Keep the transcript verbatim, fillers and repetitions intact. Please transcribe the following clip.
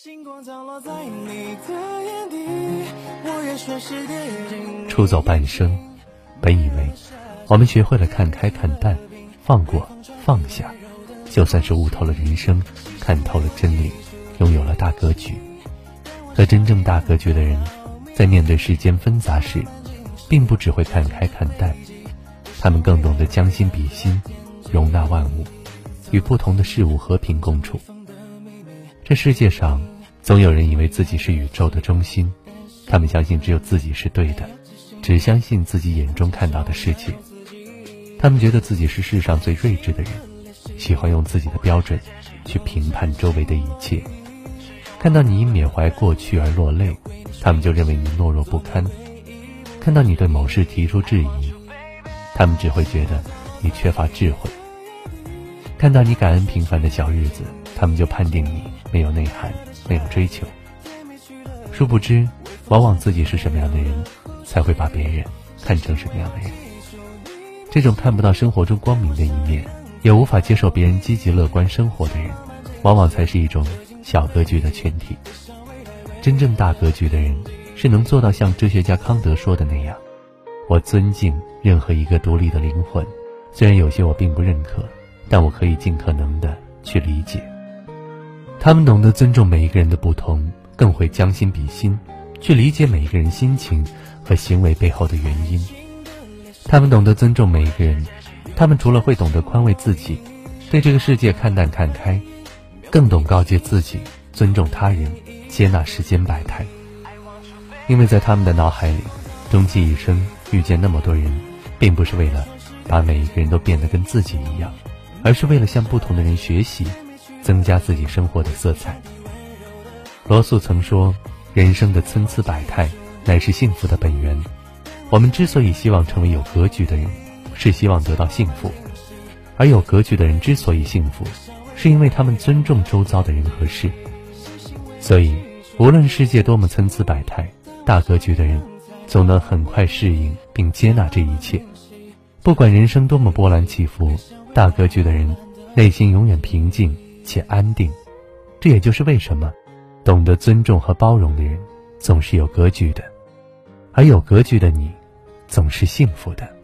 出走半生，本以为我们学会了看开看淡，放过放下，就算是悟透了人生，看透了真理，拥有了大格局。可真正大格局的人，在面对世间纷杂时，并不只会看开看淡，他们更懂得将心比心，容纳万物，与不同的事物和平共处。这世界上总有人以为自己是宇宙的中心，他们相信只有自己是对的，只相信自己眼中看到的世界。他们觉得自己是世上最睿智的人，喜欢用自己的标准去评判周围的一切。看到你因缅怀过去而落泪，他们就认为你懦弱不堪；看到你对某事提出质疑，他们只会觉得你缺乏智慧；看到你感恩平凡的小日子，他们就判定你没有内涵，没有追求。殊不知，往往自己是什么样的人，才会把别人看成什么样的人。这种看不到生活中光明的一面，也无法接受别人积极乐观生活的人，往往才是一种小格局的群体。真正大格局的人，是能做到像哲学家康德说的那样，我尊敬任何一个独立的灵魂，虽然有些我并不认可，但我可以尽可能的去理解。他们懂得尊重每一个人的不同，更会将心比心，去理解每一个人心情和行为背后的原因。他们懂得尊重每一个人，他们除了会懂得宽慰自己，对这个世界看淡看开，更懂告诫自己尊重他人，接纳世间百态。因为在他们的脑海里，终其一生遇见那么多人，并不是为了把每一个人都变得跟自己一样，而是为了向不同的人学习，增加自己生活的色彩。罗素曾说，人生的参差百态乃是幸福的本源。我们之所以希望成为有格局的人，是希望得到幸福；而有格局的人之所以幸福，是因为他们尊重周遭的人和事。所以无论世界多么参差百态，大格局的人总能很快适应并接纳这一切。不管人生多么波澜起伏，大格局的人内心永远平静且安定。这也就是为什么懂得尊重和包容的人总是有格局的，而有格局的你总是幸福的。